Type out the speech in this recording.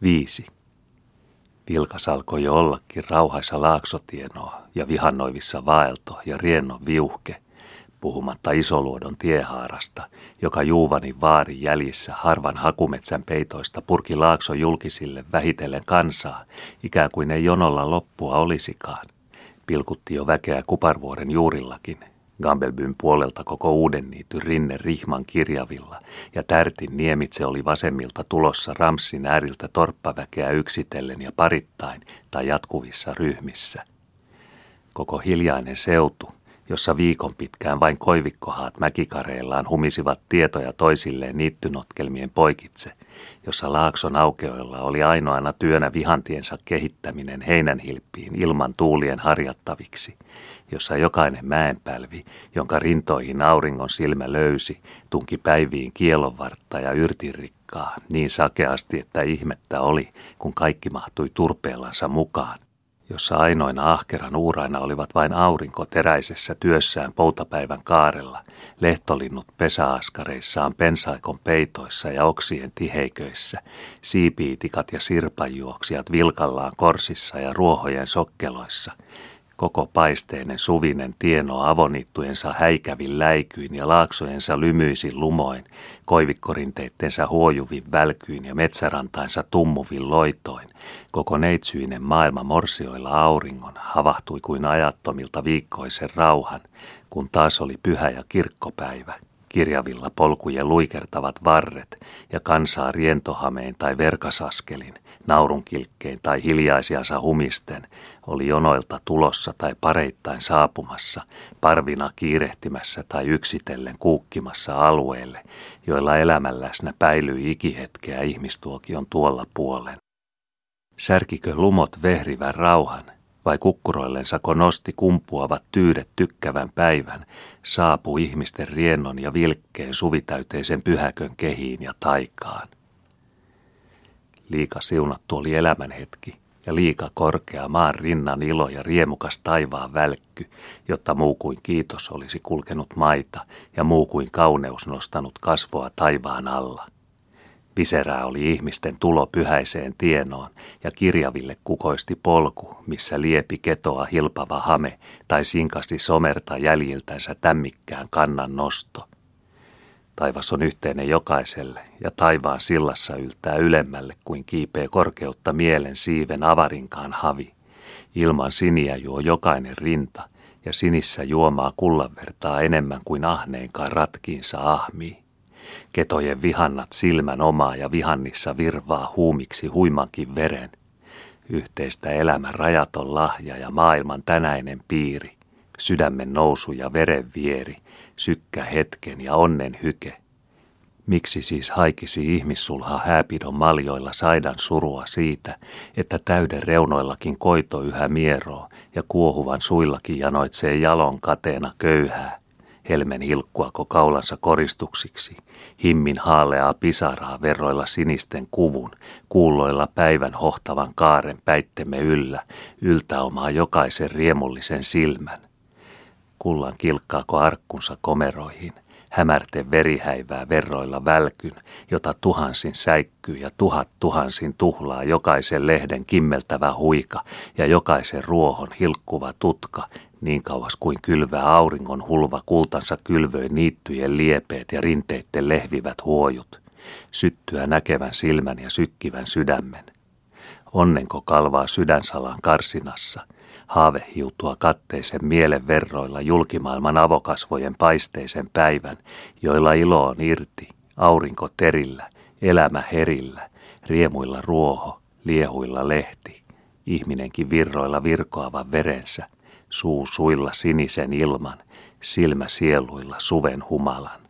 5. Vilkas alkoi jo ollakin rauhaisa laaksotienoa ja vihannoivissa vaelto ja riennon viuhke, puhumatta Isoluodon tiehaarasta, joka Juuvanin vaarin jäljissä harvan hakumetsän peitoista purki laakson julkisille vähitellen kansaa, ikään kuin ei jonolla loppua olisikaan. Pilkutti jo väkeä Kuparvuoren juurillakin, Gammelbyn puolelta koko Uudenniityn rinne rihman kirjavilla, ja Tärtin niemitse oli vasemmilta tulossa Ramssin ääriltä torppaväkeä yksitellen ja parittain tai jatkuvissa ryhmissä. Koko hiljainen seutu, jossa viikon pitkään vain koivikkohaat mäkikareillaan humisivat tietoja toisilleen niittynotkelmien poikitse, jossa laakson aukeoilla oli ainoana työnä vihantiensa kehittäminen heinänhilppiin ilman tuulien harjattaviksi, jossa jokainen mäenpälvi, jonka rintoihin auringon silmä löysi, tunki päiviin kielonvartta ja yrtinrikkaa niin sakeasti, että ihmettä oli, kun kaikki mahtui turpeellansa mukaan, jossa ainoina ahkeran uuraina olivat vain aurinko teräisessä työssään poutapäivän kaarella, lehtolinnut pesäaskareissaan pensaikon peitoissa ja oksien tiheiköissä, siipiitikat ja sirpanjuoksijat vilkallaan korsissa ja ruohojen sokkeloissa, koko paisteinen suvinen tieno avoniittujensa häikävin läikyin ja laaksojensa lymyisin lumoin, koivikkorinteittensä huojuvin välkyin ja metsärantainsa tummuvin loitoin, koko neitsyinen maailma morsioilla auringon havahtui kuin ajattomilta viikkoisen rauhan, kun taas oli pyhä ja kirkkopäivä. Kirjavilla polkujen luikertavat varret ja kansaa rientohameen tai verkasaskelin, naurunkilkkein tai hiljaisiansa humisten, oli jonoilta tulossa tai pareittain saapumassa, parvina kiirehtimässä tai yksitellen kuukkimassa alueelle, joilla elämänläsnä päilyi ikihetkeä ihmistuokion tuolla puolen. Särkikö lumot vehrivän rauhan, vai kukkuroillensako nosti kumpuavat tyydet tykkävän päivän, saapui ihmisten riennon ja vilkkeen suvitäyteisen pyhäkön kehiin ja taikaan. Liika siunattu oli elämänhetki, ja liika korkea maan rinnan ilo ja riemukas taivaan välkky, jotta muu kuin kiitos olisi kulkenut maita ja muu kuin kauneus nostanut kasvoa taivaan alla. Viserää oli ihmisten tulo pyhäiseen tienoon, ja kirjaville kukoisti polku, missä liepi ketoa hilpava hame tai sinkasti somerta jäljiltänsä tämmikkään kannan nosto. Taivas on yhteinen jokaiselle, ja taivaan sillassa yltää ylemmälle kuin kiipeä korkeutta mielen siiven avarinkaan havi. Ilman siniä juo jokainen rinta, ja sinissä juomaa kullanvertaa enemmän kuin ahneenkaan ratkiinsa ahmii. Ketojen vihannat silmän omaa ja vihannissa virvaa huumiksi huimankin veren. Yhteistä elämän rajaton lahja ja maailman tänäinen piiri, sydämen nousu ja veren vieri, sykkä hetken ja onnen hyke. Miksi siis haikisi ihmissulha hääpidon maljoilla saidan surua siitä, että täyden reunoillakin koito yhä mieroo ja kuohuvan suillakin janoitsee jalon kateena köyhää, helmen hilkkuako kaulansa koristuksiksi, himmin haaleaa pisaraa verroilla sinisten kuvun, kuulloilla päivän hohtavan kaaren päittemme yltäomaa jokaisen riemullisen silmän. Kullan kilkkaako arkkunsa komeroihin, hämärten verihäivää verroilla välkyn, jota tuhansin säikkyy ja tuhansin tuhlaa jokaisen lehden kimmeltävä huika ja jokaisen ruohon hilkkuva tutka, niin kauas kuin kylvää auringon hulva kultansa kylvöin niittyjen liepeet ja rinteitten lehvivät huojut, syttyä näkevän silmän ja sykkivän sydämen. Onnenko kalvaa sydänsalan karsinassa, haave hiutua katteisen mielen verroilla julkimaailman avokasvojen paisteisen päivän, joilla ilo on irti, aurinko terillä, elämä herillä, riemuilla ruoho, liehuilla lehti, ihminenkin virroilla virkoavan verensä, suu suilla sinisen ilman, silmä sieluilla suven humalan.